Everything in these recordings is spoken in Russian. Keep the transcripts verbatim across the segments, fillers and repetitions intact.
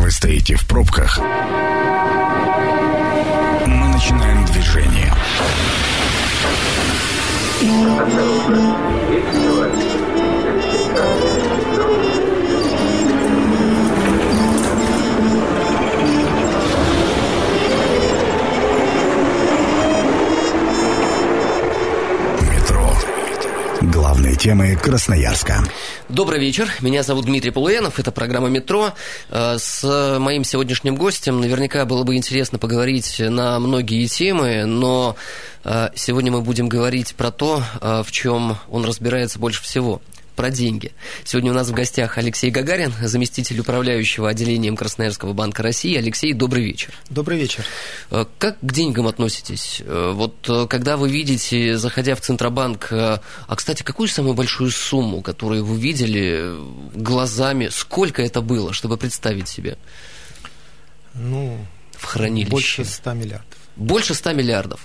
Вы стоите в пробках. Мы начинаем движение. Метро. Главные темы Красноярска. Добрый вечер, меня зовут Дмитрий Полуянов, это программа «Метро». С моим сегодняшним гостем наверняка было бы интересно поговорить на многие темы, но сегодня мы будем говорить про то, в чем он разбирается больше всего. Про деньги. Сегодня у нас в гостях Алексей Гагарин, заместитель управляющего отделением Красноярского банка России. Алексей, добрый вечер. Добрый вечер. Как к деньгам относитесь? Вот когда вы видите, заходя в Центробанк, а, кстати, какую самую большую сумму, которую вы видели глазами, сколько это было, чтобы представить себе? Ну, в хранилище. Больше ста миллиардов. Больше ста миллиардов.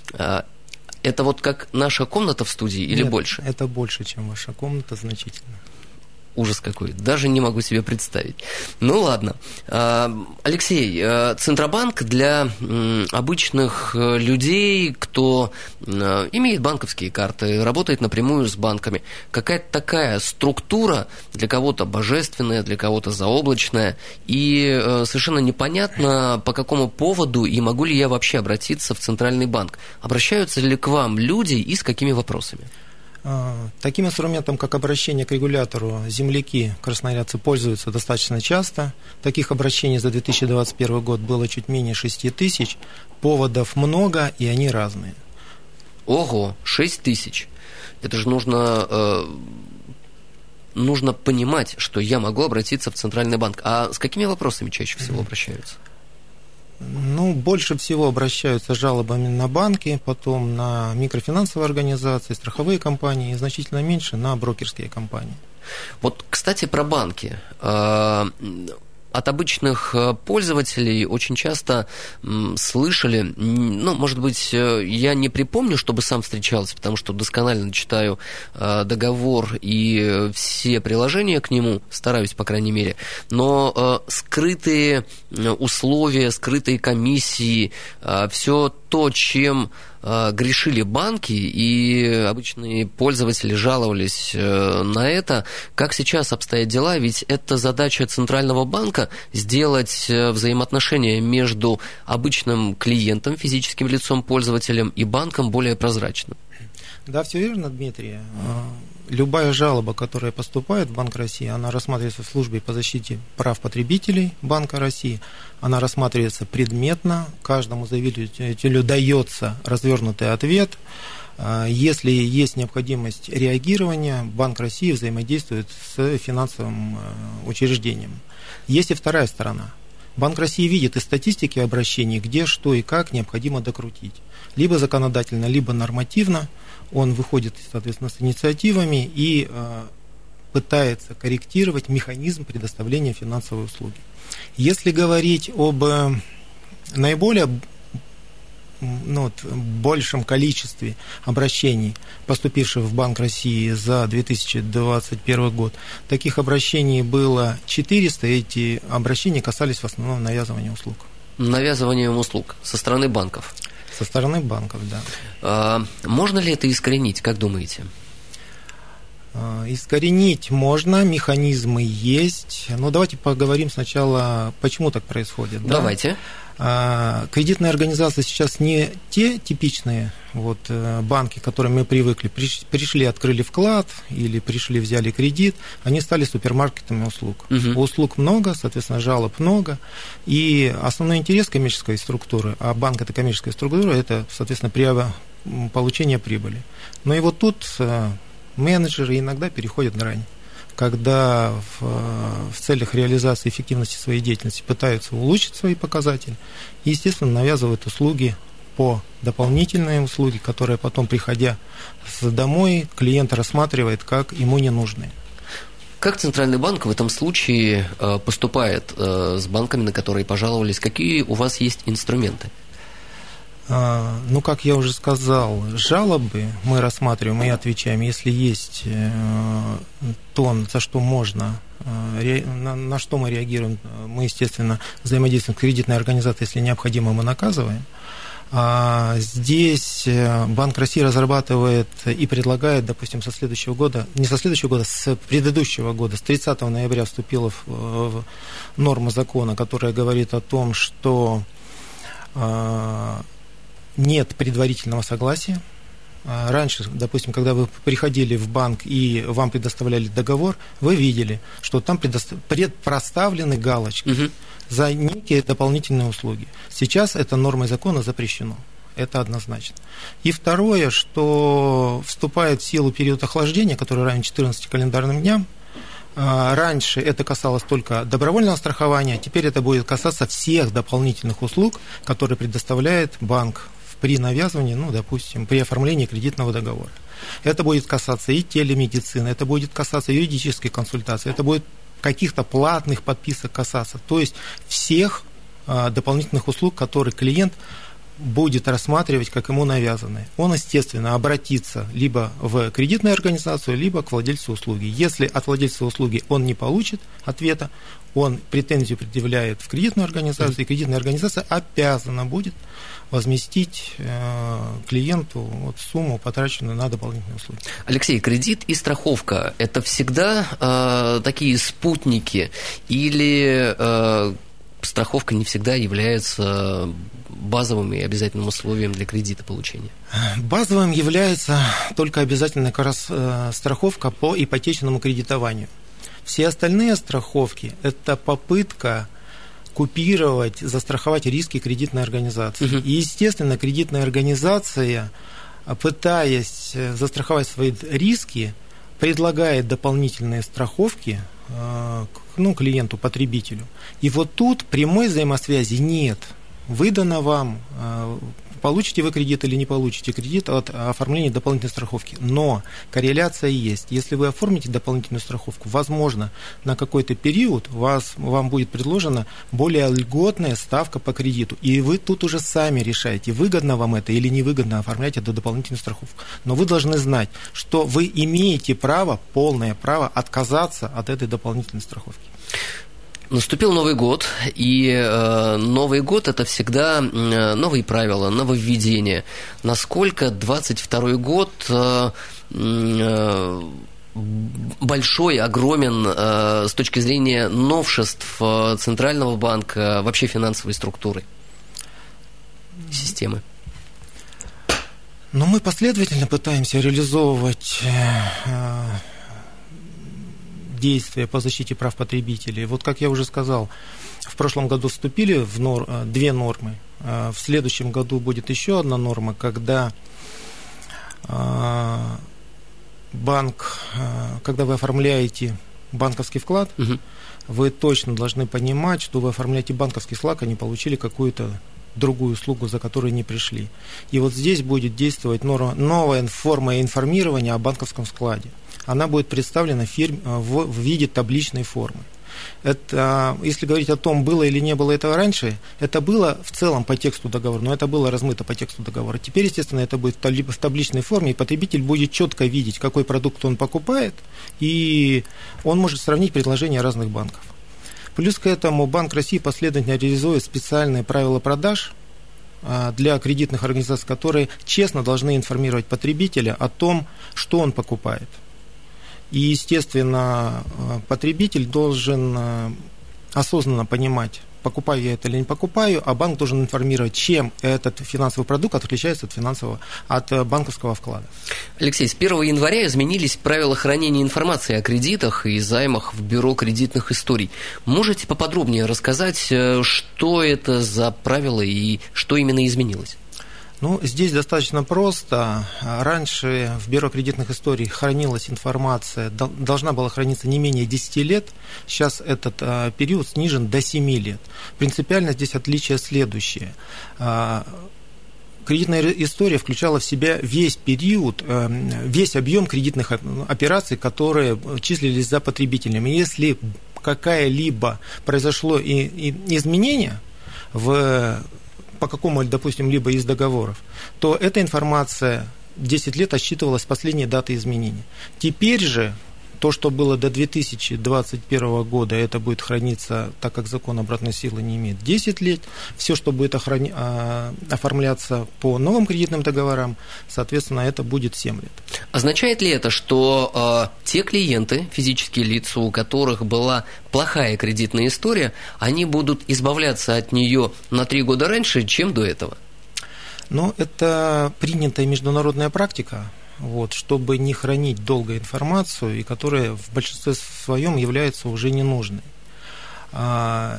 Это вот как наша комната в студии или Нет, больше? Это больше, чем ваша комната, значительно. Ужас какой, даже не могу себе представить. Ну ладно. Алексей, Центробанк для обычных людей, кто имеет банковские карты, работает напрямую с банками, какая-то такая структура, для кого-то божественная, для кого-то заоблачная, и совершенно непонятно, по какому поводу и могу ли я вообще обратиться в Центральный банк. Обращаются ли к вам люди и с какими вопросами? Таким инструментом, как обращение к регулятору, земляки, красноярцы, пользуются достаточно часто. Таких обращений за две тысячи двадцать первый год было чуть менее шести тысяч. Поводов много, и они разные. Ого, шесть тысяч. Это же нужно, э, нужно понимать, что я могу обратиться в Центральный банк. А с какими вопросами чаще всего обращаются? Ну, больше всего обращаются с жалобами на банки, потом на микрофинансовые организации, страховые компании, и значительно меньше на брокерские компании. Вот, кстати, про банки. От обычных пользователей очень часто слышали, ну, может быть, я не припомню, чтобы сам встречался, потому что досконально читаю договор и все приложения к нему, стараюсь, по крайней мере, но скрытые условия, скрытые комиссии, все то, чем грешили банки, и обычные пользователи жаловались на это. Как сейчас обстоят дела? Ведь это задача Центрального банка сделать взаимоотношения между обычным клиентом, физическим лицом, пользователем и банком более прозрачным. Да, все верно, Дмитрий. Любая жалоба, которая поступает в Банк России, она рассматривается в службе по защите прав потребителей Банка России, она рассматривается предметно, каждому заявителю дается развернутый ответ. Если есть необходимость реагирования, Банк России взаимодействует с финансовым учреждением. Есть и вторая сторона. Банк России видит из статистики обращений, где, что и как необходимо докрутить. Либо законодательно, либо нормативно. Он выходит, соответственно, с инициативами и э, пытается корректировать механизм предоставления финансовой услуги. Если говорить об э, наиболее ну, вот, большем количестве обращений, поступивших в Банк России за две тысячи двадцать первый год, таких обращений было четыреста, и эти обращения касались в основном навязывания услуг. Навязыванием услуг со стороны банков? Со стороны банков, да. А, можно ли это искоренить, как думаете? Искоренить можно, механизмы есть. Но давайте поговорим сначала, почему так происходит. Давайте. Да? Кредитные организации сейчас не те типичные вот, банки, к которым мы привыкли. Пришли, открыли вклад или пришли, взяли кредит. Они стали супермаркетами услуг. Угу. Услуг много, соответственно, жалоб много. И основной интерес коммерческой структуры, а банк – это коммерческая структура, это, соответственно, получение прибыли. Но и вот тут менеджеры иногда переходят грань, когда в, в целях реализации эффективности своей деятельности пытаются улучшить свои показатели и, естественно, навязывают услуги по дополнительные услуги, которые потом, приходя домой, клиент рассматривает как ему ненужные. Как Центральный банк в этом случае поступает с банками, на которые пожаловались? Какие у вас есть инструменты? Ну, как я уже сказал, жалобы мы рассматриваем и отвечаем. Если есть то, за что можно, на что мы реагируем, мы, естественно, взаимодействуем с кредитной организацией, если необходимо, мы наказываем. А здесь Банк России разрабатывает и предлагает, допустим, со следующего года, не со следующего года, с предыдущего года, с тридцатого ноября вступила в, в норма закона, которая говорит о том, что нет предварительного согласия. Раньше, допустим, когда вы приходили в банк и вам предоставляли договор, вы видели, что там предпроставлены галочки угу. за некие дополнительные услуги. Сейчас это нормой закона запрещено. Это однозначно. И второе, что вступает в силу период охлаждения, который равен четырнадцати календарным дням. Раньше это касалось только добровольного страхования, теперь это будет касаться всех дополнительных услуг, которые предоставляет банк при навязывании, ну, допустим, при оформлении кредитного договора. Это будет касаться и телемедицины, это будет касаться юридической консультации, это будет каких-то платных подписок касаться, то есть всех а, дополнительных услуг, которые клиент будет рассматривать как ему навязанные. Он, естественно, обратится либо в кредитную организацию, либо к владельцу услуги. Если от владельца услуги он не получит ответа, он претензию предъявляет в кредитную организацию, и кредитная организация обязана будет возместить э, клиенту вот, сумму, потраченную на дополнительные услуги. Алексей, кредит и страховка – это всегда э, такие спутники или э, страховка не всегда является базовым и обязательным условием для кредита получения? Базовым является только обязательная как раз страховка по ипотечному кредитованию. Все остальные страховки – это попытка купировать, застраховать риски кредитной организации. Uh-huh. И, естественно, кредитная организация, пытаясь застраховать свои риски, предлагает дополнительные страховки ну, клиенту, потребителю. И вот тут прямой взаимосвязи нет. Выдано вам, получите вы кредит или не получите кредит от оформления дополнительной страховки. Но корреляция есть. Если вы оформите дополнительную страховку, возможно, на какой-то период вас, вам будет предложена более льготная ставка по кредиту. И вы тут уже сами решаете, выгодно вам это или невыгодно оформлять эту дополнительную страховку. Но вы должны знать, что вы имеете право, полное право отказаться от этой дополнительной страховки. Наступил Новый год, и э, Новый год – это всегда э, новые правила, нововведения. Насколько двадцать второй год э, э, большой, огромен э, с точки зрения новшеств э, Центрального банка, вообще финансовой структуры, системы? Ну, мы последовательно пытаемся реализовывать э, действия по защите прав потребителей. Вот как я уже сказал, в прошлом году вступили в нор... две нормы. В следующем году будет еще одна норма, когда банк, когда вы оформляете банковский вклад, угу. вы точно должны понимать, что вы оформляете банковский вклад, а не получили какую-то другую услугу, за которую не пришли. И вот здесь будет действовать норма, новая форма информирования о банковском вкладе. Она будет представлена в, фирме, в, в виде табличной формы. Это, если говорить о том, было или не было этого раньше, это было в целом по тексту договора, но это было размыто по тексту договора. Теперь, естественно, это будет в табличной форме, и потребитель будет четко видеть, какой продукт он покупает, и он может сравнить предложения разных банков. Плюс к этому Банк России последовательно реализует специальные правила продаж для кредитных организаций, которые честно должны информировать потребителя о том, что он покупает. И, естественно, потребитель должен осознанно понимать, покупаю я это или не покупаю, а банк должен информировать, чем этот финансовый продукт отличается от финансового, от банковского вклада. Алексей, с первого января изменились правила хранения информации о кредитах и займах в Бюро кредитных историй. Можете поподробнее рассказать, что это за правила и что именно изменилось? Ну, здесь достаточно просто. Раньше в Бюро кредитных историй хранилась информация, должна была храниться не менее десяти лет. Сейчас этот период снижен до семи лет. Принципиально здесь отличие следующее. Кредитная история включала в себя весь период, весь объем кредитных операций, которые числились за потребителями. Если какая-либо произошло изменение в по какому, допустим, либо из договоров, то эта информация десять лет отсчитывалась с последней даты изменения. Теперь же то, что было до две тысячи двадцать первого года, это будет храниться, так как закон обратной силы не имеет, десять лет. Все, что будет охрани... оформляться по новым кредитным договорам, соответственно, это будет семь лет. Означает ли это, что э, те клиенты, физические лица, у которых была плохая кредитная история, они будут избавляться от нее на три года раньше, чем до этого? Ну, это принятая международная практика. Вот, чтобы не хранить долго информацию, и которая в большинстве своем является уже ненужной. А,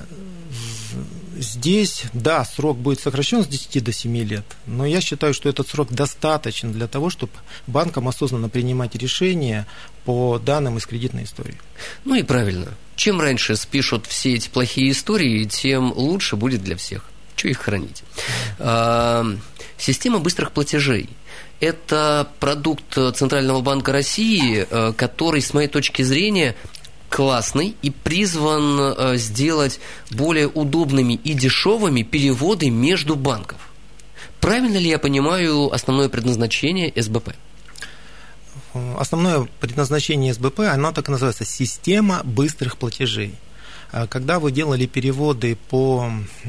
здесь, да, срок будет сокращен с десяти до семи лет, но я считаю, что этот срок достаточен для того, чтобы банкам осознанно принимать решения по данным из кредитной истории. Ну и правильно. Чем раньше спишут все эти плохие истории, тем лучше будет для всех. Чего их хранить? А, система быстрых платежей. Это продукт Центрального банка России, который, с моей точки зрения, классный и призван сделать более удобными и дешевыми переводы между банков. Правильно ли я понимаю основное предназначение эс бэ пэ? Основное предназначение эс бэ пэ, оно так и называется, система быстрых платежей. Когда вы делали переводы по,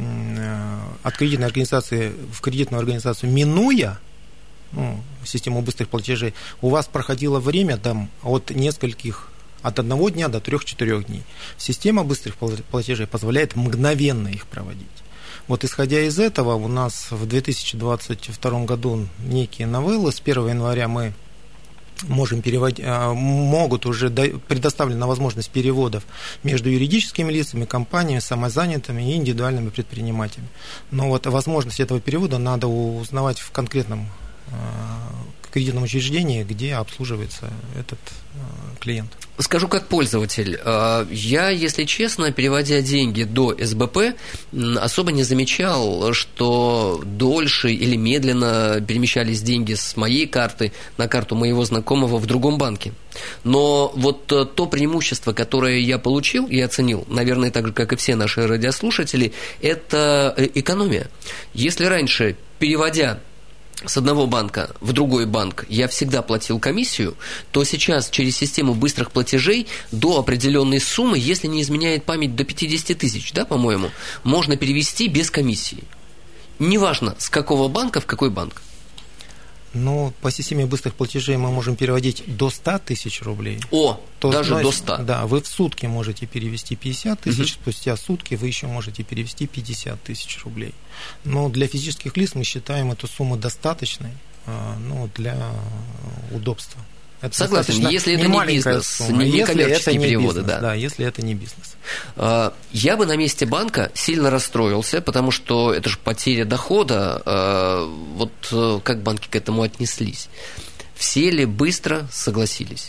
от кредитной организации в кредитную организацию, минуя ну, систему быстрых платежей, у вас проходило время там, от нескольких, от одного дня до трех-четырех дней. Система быстрых платежей позволяет мгновенно их проводить. Вот исходя из этого, у нас в две тысячи двадцать втором году некие новеллы. С первого января мы можем переводить, могут уже предоставлена возможность переводов между юридическими лицами, компаниями, самозанятыми и индивидуальными предпринимателями. Но вот возможность этого перевода надо узнавать в конкретном кредитном учреждении, где обслуживается этот клиент. Скажу как пользователь. Я, если честно, переводя деньги до эс бэ пэ, особо не замечал, что дольше или медленно перемещались деньги с моей карты на карту моего знакомого в другом банке. Но вот то преимущество, которое я получил и оценил, наверное, так же, как и все наши радиослушатели, это экономия. Если раньше, переводя с одного банка в другой банк я всегда платил комиссию, то сейчас через систему быстрых платежей до определенной суммы, если не изменяет память, до пятьдесят тысяч, да, по-моему, можно перевести без комиссии. Неважно, с какого банка в какой банк. Но по системе быстрых платежей мы можем переводить до ста тысяч рублей. О, то, даже значит, до ста. Да, вы в сутки можете перевести пятьдесят тысяч, угу. Спустя сутки вы еще можете перевести пятьдесят тысяч рублей. Но для физических лиц мы считаем эту сумму достаточной, ну, для удобства. Это согласен, если это не бизнес, сумма. не если коммерческие это не переводы, бизнес, да. Да, если это не бизнес. Я бы на месте банка сильно расстроился, потому что это же потеря дохода. Вот как банки к этому отнеслись? Все ли быстро согласились?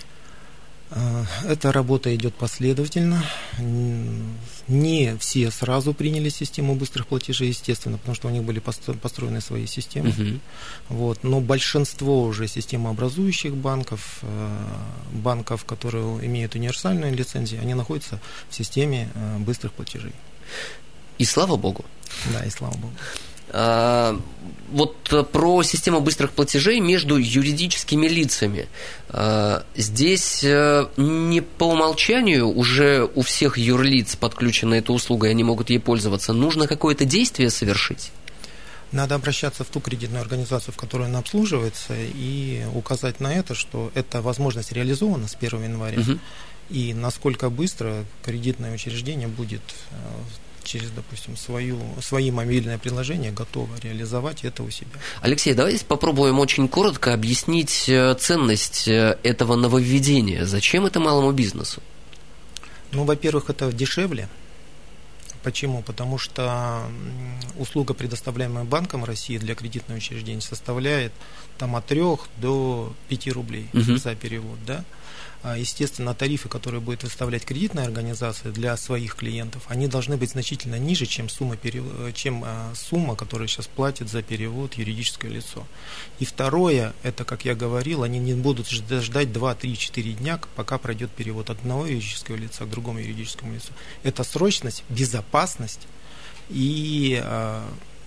Эта работа идет последовательно. Не все сразу приняли систему быстрых платежей, естественно, потому что у них были построены свои системы. Uh-huh. Вот. Но большинство уже системообразующих банков, банков, которые имеют универсальную лицензию, они находятся в системе быстрых платежей. И слава богу. Да, и слава богу. А, вот про систему быстрых платежей между юридическими лицами. А, здесь не по умолчанию уже у всех юрлиц подключена эта услуга, и они могут ей пользоваться. Нужно какое-то действие совершить? Надо обращаться в ту кредитную организацию, в которой она обслуживается, и указать на это, что эта возможность реализована с первого января, угу. И насколько быстро кредитное учреждение будет через, допустим, свою, свои мобильные приложения готовы реализовать это у себя. Алексей, давайте попробуем очень коротко объяснить ценность этого нововведения. Зачем это малому бизнесу? Ну, во-первых, это дешевле. Почему? Потому что услуга, предоставляемая Банком России для кредитного учреждения, составляет там, от трёх до пяти рублей угу. за перевод, да? Естественно, тарифы, которые будет выставлять кредитная организация для своих клиентов, они должны быть значительно ниже, чем сумма, чем сумма, которую сейчас платит за перевод юридическое лицо. И второе, это, как я говорил, они не будут ждать два-три-четыре дня, пока пройдет перевод от одного юридического лица к другому юридическому лицу. Это срочность, безопасность и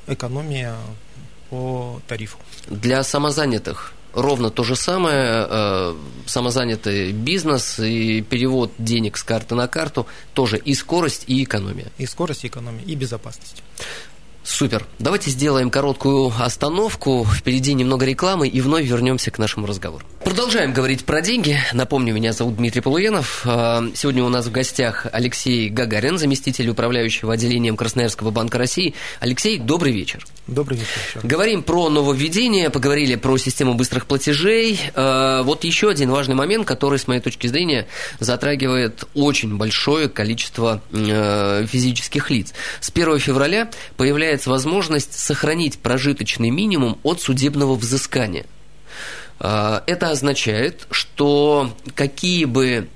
экономия по тарифу. Для самозанятых ровно то же самое, самозанятый бизнес и перевод денег с карты на карту, тоже и скорость, и экономия. И скорость, и экономия, и безопасность. Супер. Давайте сделаем короткую остановку. Впереди немного рекламы и вновь вернемся к нашему разговору. Продолжаем говорить про деньги. Напомню, меня зовут Дмитрий Полуенов. Сегодня у нас в гостях Алексей Гагарин, заместитель управляющего отделением Красноярского банка России. Алексей, добрый вечер. Добрый вечер. Говорим про нововведения, поговорили про систему быстрых платежей. Вот еще один важный момент, который, с моей точки зрения, затрагивает очень большое количество физических лиц. С первого февраля появляется возможность сохранить прожиточный минимум от судебного взыскания. Это означает, что какие бы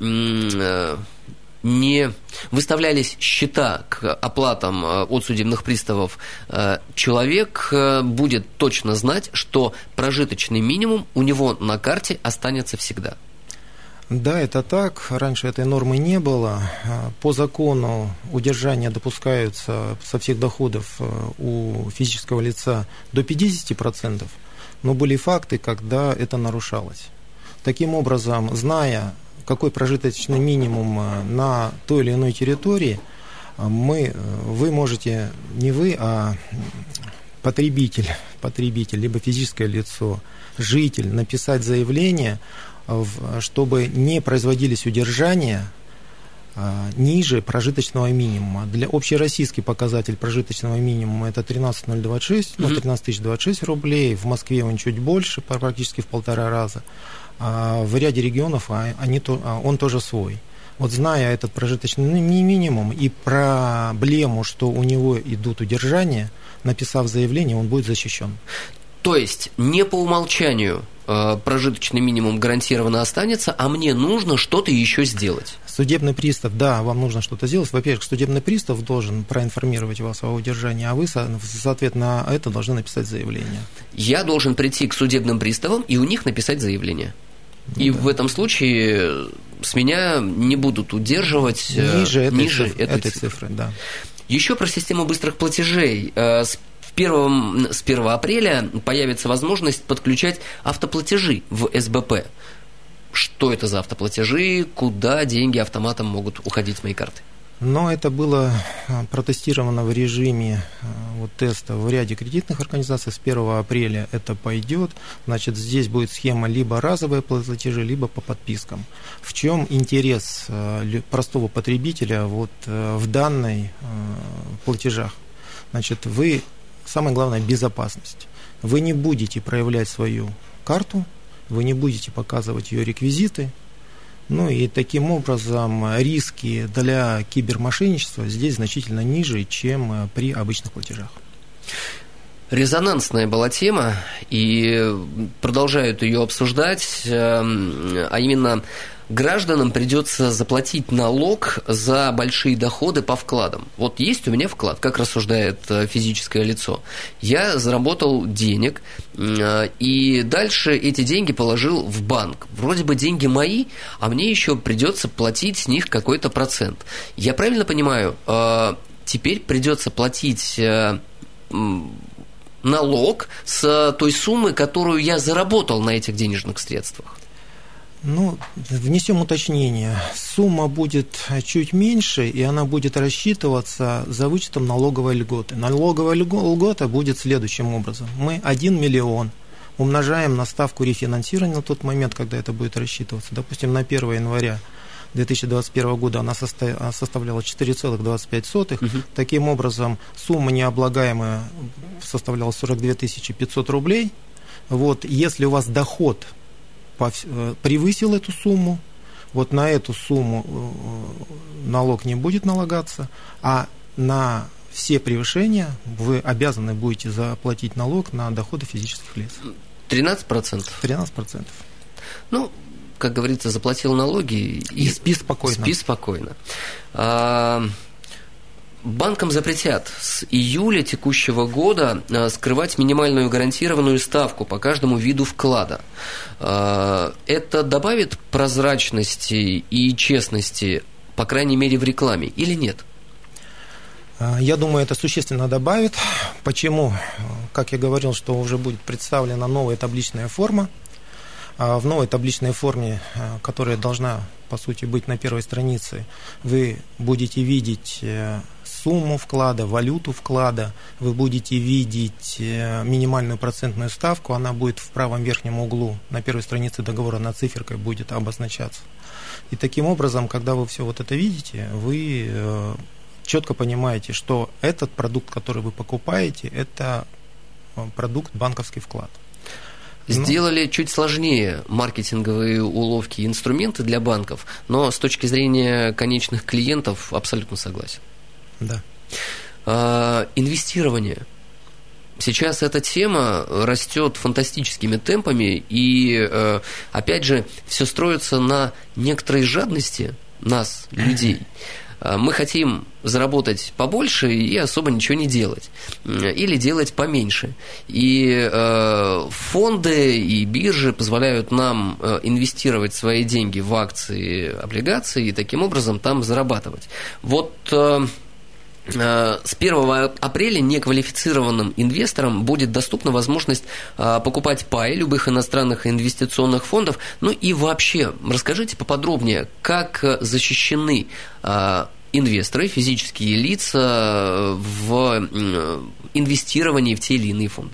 не выставлялись счета к оплатам от судебных приставов, человек будет точно знать, что прожиточный минимум у него на карте останется всегда. Да, это так. Раньше этой нормы не было. По закону удержания допускаются со всех доходов у физического лица до пятьдесят процентов, но были факты, когда это нарушалось. Таким образом, зная, какой прожиточный минимум на той или иной территории, мы, вы можете, не вы, а потребитель, потребитель, либо физическое лицо, житель, написать заявление, чтобы не производились удержания ниже прожиточного минимума. Для общероссийский показатель прожиточного минимума это тринадцать тысяч двадцать шесть, ну, тринадцать тысяч двадцать шесть рублей, в Москве он чуть больше, практически в полтора раза, а в ряде регионов они, он тоже свой. Вот зная этот прожиточный минимум и проблему, что у него идут удержания, написав заявление, он будет защищен. То есть не по умолчанию прожиточный минимум гарантированно останется, а мне нужно что-то еще сделать. Судебный пристав, да, вам нужно что-то сделать. Во-первых, судебный пристав должен проинформировать вас о удержании, а вы, соответственно, на это должны написать заявление. Я должен прийти к судебным приставам и у них написать заявление. И да. В этом случае с меня не будут удерживать ниже этой, ниже цифры, этой, этой цифры. цифры. Да. Еще про систему быстрых платежей. С Первым, с первого апреля появится возможность подключать автоплатежи в эс бэ пэ. Что это за автоплатежи, куда деньги автоматом могут уходить с моей карты? Но это было протестировано в режиме вот, теста в ряде кредитных организаций. С первого апреля это пойдет. Значит, здесь будет схема либо разовые платежи, либо по подпискам. В чем интерес простого потребителя вот, в данной платежах? Значит, вы... Самое главное – безопасность. Вы не будете проявлять свою карту, вы не будете показывать ее реквизиты, ну и таким образом риски для кибермошенничества здесь значительно ниже, чем при обычных платежах. Резонансная была тема, и продолжают ее обсуждать, а именно гражданам придется заплатить налог за большие доходы по вкладам. Вот есть у меня вклад, как рассуждает физическое лицо. Я заработал денег, и дальше эти деньги положил в банк. Вроде бы деньги мои, а мне еще придется платить с них какой-то процент. Я правильно понимаю, теперь придется платить налог с той суммы, которую я заработал на этих денежных средствах? Ну, внесем уточнение. Сумма будет чуть меньше, и она будет рассчитываться за вычетом налоговой льготы. Налоговая льгота будет следующим образом. Мы один миллион умножаем на ставку рефинансирования на тот момент, когда это будет рассчитываться. Допустим, на первого января две тысячи двадцать первого года она составляла четыре целых двадцать пять сотых. Угу. Таким образом, сумма необлагаемая составляла сорок две тысячи пятьсот рублей. Вот, если у вас доход превысил эту сумму, вот на эту сумму налог не будет налагаться, а на все превышения вы обязаны будете заплатить налог на доходы физических лиц. тринадцать процентов? тринадцать процентов. Ну, как говорится, заплатил налоги и, и спи спокойно. Спи спокойно. А, банкам запретят с июля текущего года скрывать минимальную гарантированную ставку по каждому виду вклада. А, это добавит прозрачности и честности, по крайней мере, в рекламе, или нет? Я думаю, это существенно добавит. Почему? Как я говорил, что уже будет представлена новая табличная форма. В новой табличной форме, которая должна, по сути, быть на первой странице, вы будете видеть сумму вклада, валюту вклада, вы будете видеть минимальную процентную ставку, она будет в правом верхнем углу, на первой странице договора на циферкой будет обозначаться. И таким образом, когда вы все вот это видите, вы четко понимаете, что этот продукт, который вы покупаете, это продукт банковский вклад. Сделали чуть сложнее маркетинговые уловки и инструменты для банков, но с точки зрения конечных клиентов абсолютно согласен. Да. А, инвестирование. Сейчас эта тема растет фантастическими темпами, и, опять же, все строится на некоторой жадности нас, людей. Мы хотим заработать побольше и особо ничего не делать. Или делать поменьше. И фонды и биржи позволяют нам инвестировать свои деньги в акции, облигации и таким образом там зарабатывать. Вот с первого апреля неквалифицированным инвесторам будет доступна возможность покупать паи любых иностранных инвестиционных фондов. Ну и вообще, расскажите поподробнее, как защищены инвесторы, физические лица в инвестировании в те или иные фонды.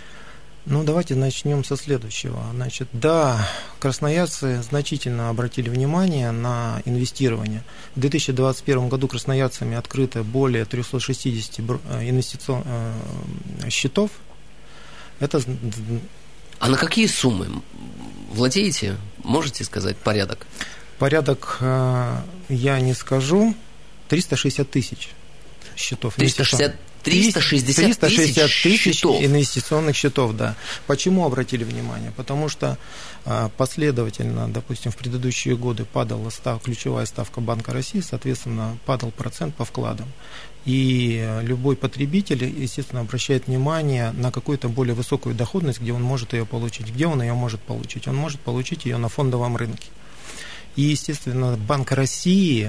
Ну, давайте начнем со следующего. Значит, да, красноярцы значительно обратили внимание на инвестирование. В две тысячи двадцать первом году красноярцами открыто более триста шестьдесят инвестиционных счетов. Это... А на какие суммы? Владеете? Можете сказать порядок? Порядок я не скажу. триста шестьдесят тысяч счетов. триста шестьдесят триста шестьдесят тысяч счетов. Инвестиционных счетов, да. Почему обратили внимание? Потому что последовательно, допустим, в предыдущие годы падала став, ключевая ставка Банка России, соответственно, падал процент по вкладам. И любой потребитель, естественно, обращает внимание на какую-то более высокую доходность, где он может ее получить. Где он ее может получить? Он может получить ее на фондовом рынке. И, естественно, Банк России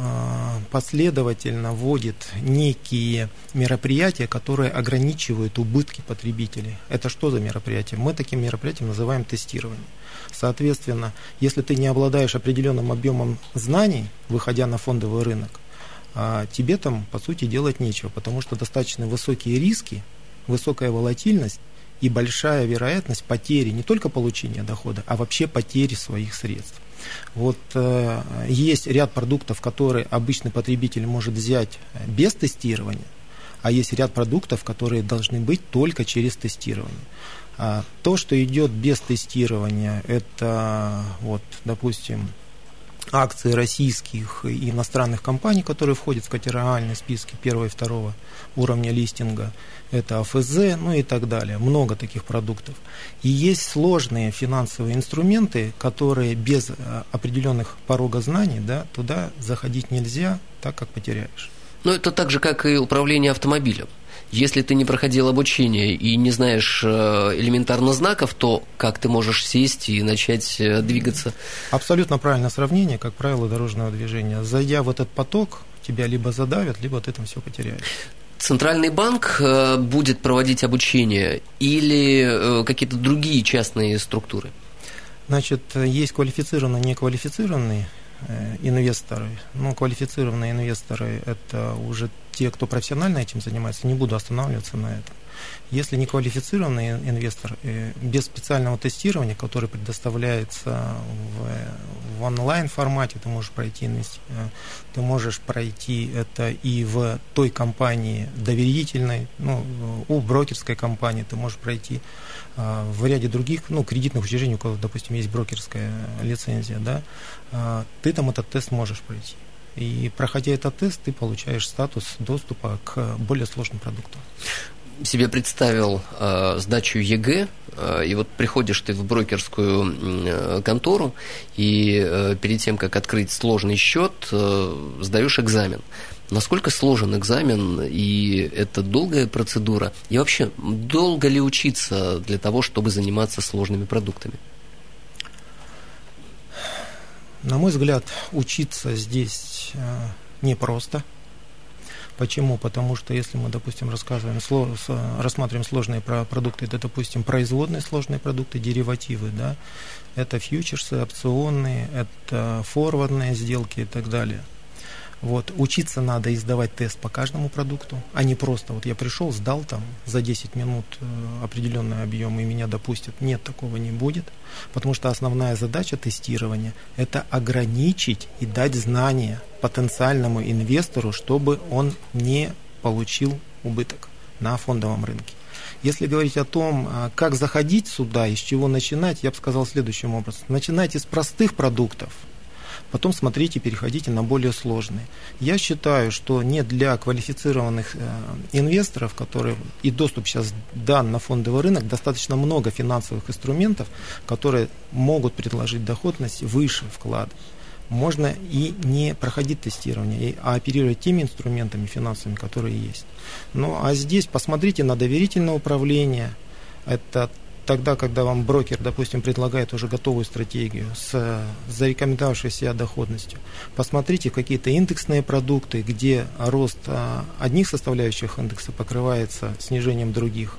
последовательно вводит некие мероприятия, которые ограничивают убытки потребителей. Это что за мероприятие? Мы таким мероприятием называем тестирование. Соответственно, если ты не обладаешь определенным объемом знаний, выходя на фондовый рынок, тебе там, по сути, делать нечего, потому что достаточно высокие риски, высокая волатильность и большая вероятность потери не только получения дохода, а вообще потери своих средств. Вот э, есть ряд продуктов, которые обычный потребитель может взять без тестирования, а есть ряд продуктов, которые должны быть только через тестирование. А то, что идет без тестирования, это, вот, допустим, акции российских и иностранных компаний, которые входят в категориальные списки первого и второго уровня листинга, это А Ф З, ну и так далее, много таких продуктов. И есть сложные финансовые инструменты, которые без определенных порога знаний, да, туда заходить нельзя, так как потеряешь. Ну, это так же, как и управление автомобилем. Если ты не проходил обучение и не знаешь элементарно знаков, то как ты можешь сесть и начать двигаться? Абсолютно правильное сравнение, как правило дорожного движения. Зайдя в этот поток, тебя либо задавят, либо ты там все потеряешь. Центральный банк будет проводить обучение или какие-то другие частные структуры? Значит, есть квалифицированные, неквалифицированные инвесторы. Ну, квалифицированные инвесторы – это уже те, кто профессионально этим занимается. Не буду останавливаться на этом. Если неквалифицированный инвестор, без специального тестирования, которое предоставляется в, в онлайн-формате, ты можешь пройти, ты можешь пройти это и в той компании доверительной, ну, у брокерской компании, ты можешь пройти в ряде других, ну, кредитных учреждений, у кого, допустим, есть брокерская лицензия, да, ты там этот тест можешь пройти. И проходя этот тест, ты получаешь статус доступа к более сложным продуктам. Себе представил э, сдачу Е Гэ, э, и вот приходишь ты в брокерскую э, контору, и э, перед тем, как открыть сложный счет, э, сдаешь экзамен. Насколько сложен экзамен, и это долгая процедура? И вообще, долго ли учиться для того, чтобы заниматься сложными продуктами? На мой взгляд, учиться здесь э, непросто. Почему? Потому что если мы, допустим, рассказываем, рассматриваем сложные продукты, это, допустим, производные сложные продукты, деривативы, да, это фьючерсы, опционные, это форвардные сделки и так далее. Вот. Учиться надо и сдавать тест по каждому продукту, а не просто вот я пришел, сдал там за десять минут определенный объем и меня допустят. Нет, такого не будет, потому что основная задача тестирования – это ограничить и дать знания потенциальному инвестору, чтобы он не получил убыток на фондовом рынке. Если говорить о том, как заходить сюда и с чего начинать, я бы сказал следующим образом. Начинайте с простых продуктов. Потом смотрите, переходите на более сложные. Я считаю, что не для квалифицированных э, инвесторов, которые и доступ сейчас дан на фондовый рынок, достаточно много финансовых инструментов, которые могут предложить доходность выше вклада. Можно и не проходить тестирование, а оперировать теми инструментами финансовыми, которые есть. Ну а здесь посмотрите на доверительное управление. Это тогда, когда вам брокер, допустим, предлагает уже готовую стратегию с зарекомендовавшей себя доходностью, посмотрите какие-то индексные продукты, где рост одних составляющих индекса покрывается снижением других.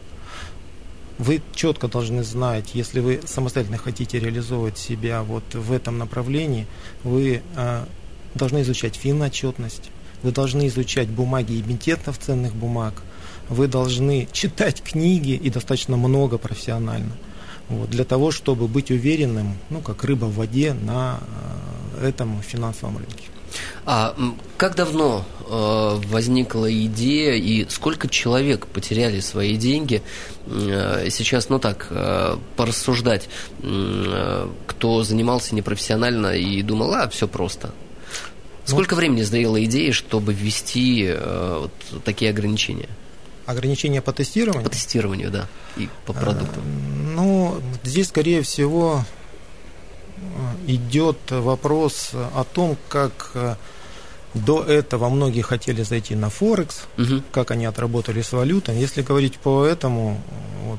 Вы четко должны знать, если вы самостоятельно хотите реализовывать себя вот в этом направлении, вы должны изучать финотчетность, вы должны изучать бумаги эмитентов ценных бумаг, вы должны читать книги и достаточно много профессионально, вот, для того, чтобы быть уверенным, ну, как рыба в воде на э, этом финансовом рынке. А как давно э, возникла идея и сколько человек потеряли свои деньги? Э, сейчас, ну так, э, порассуждать, э, кто занимался непрофессионально и думал, а, все просто. Сколько ну, времени зрела идея, чтобы ввести э, вот такие ограничения? Ограничения по тестированию? По тестированию, да, и по продуктам. Ну, здесь, скорее всего, идет вопрос о том, как до этого многие хотели зайти на Форекс, угу. как они отработали с валютой. Если говорить по этому, вот,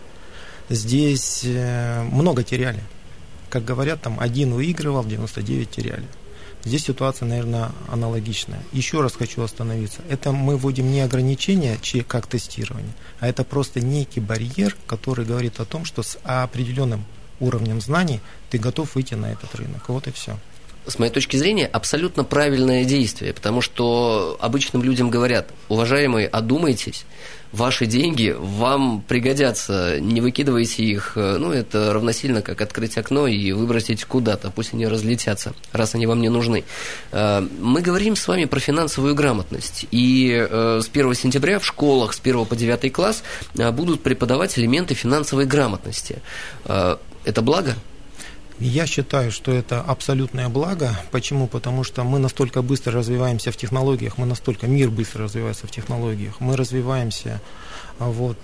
здесь много теряли. Как говорят, там один выигрывал, девяносто девять теряли. Здесь ситуация, наверное, аналогичная. Еще раз хочу остановиться. Это мы вводим не ограничения, как тестирование, а это просто некий барьер, который говорит о том, что с определенным уровнем знаний ты готов выйти на этот рынок. Вот и все. С моей точки зрения, абсолютно правильное действие, потому что обычным людям говорят: уважаемые, одумайтесь, ваши деньги вам пригодятся, не выкидывайте их, ну, это равносильно, как открыть окно и выбросить куда-то, пусть они разлетятся, раз они вам не нужны. Мы говорим с вами про финансовую грамотность, и с первого сентября в школах с первого по девятый класс будут преподавать элементы финансовой грамотности. Это благо? Я считаю, что это абсолютное благо. Почему? Потому что мы настолько быстро развиваемся в технологиях, мы настолько, мир быстро развивается в технологиях, мы развиваемся, вот,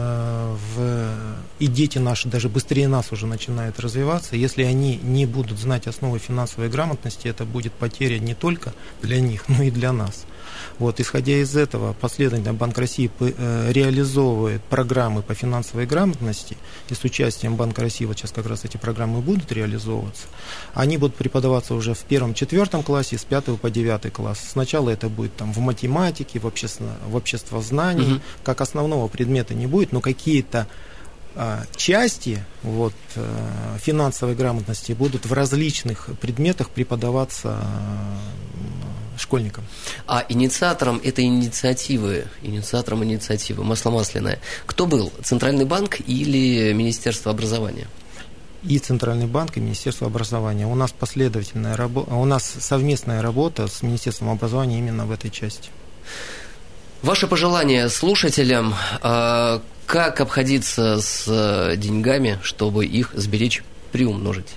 в, и дети наши даже быстрее нас уже начинают развиваться. Если они не будут знать основы финансовой грамотности, это будет потеря не только для них, но и для нас. Вот, исходя из этого, последовательно Банк России реализовывает программы по финансовой грамотности, и с участием Банка России вот сейчас как раз эти программы будут реализовываться. Они будут преподаваться уже в первом-четвертом классе, с пятого по девятый класс. Сначала это будет там в математике, в, общество, в обществознании, угу. как основного предмета не будет, но какие-то части вот, финансовой грамотности будут в различных предметах преподаваться школьникам. А инициатором этой инициативы, инициатором инициативы масло масляное, кто был? Центральный банк или Министерство образования? И Центральный банк, и Министерство образования. У нас последовательная работа, у нас совместная работа с Министерством образования именно в этой части. Ваши пожелания слушателям, как обходиться с деньгами, чтобы их сберечь, приумножить?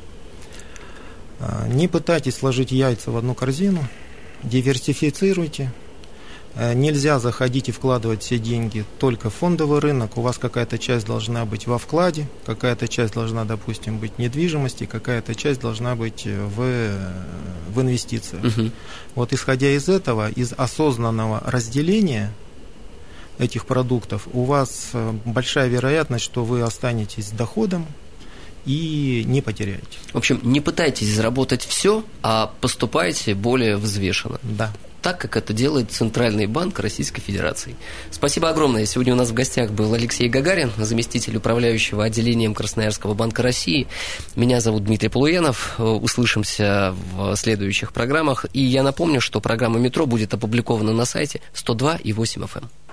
Не пытайтесь сложить яйца в одну корзину, диверсифицируйте. Нельзя заходить и вкладывать все деньги только в фондовый рынок. У вас какая-то часть должна быть во вкладе, какая-то часть должна, допустим, быть в недвижимости, какая-то часть должна быть в, в инвестициях. Угу. Вот исходя из этого, из осознанного разделения этих продуктов, у вас большая вероятность, что вы останетесь с доходом и не потеряете. В общем, не пытайтесь заработать все, а поступайте более взвешенно. Да. так, как это делает Центральный банк Российской Федерации. Спасибо огромное. Сегодня у нас в гостях был Алексей Гагарин, заместитель управляющего отделением Красноярского банка России. Меня зовут Дмитрий Полуенов. Услышимся в следующих программах. И я напомню, что программа «Метро» будет опубликована на сайте сто два и восемь эф эм.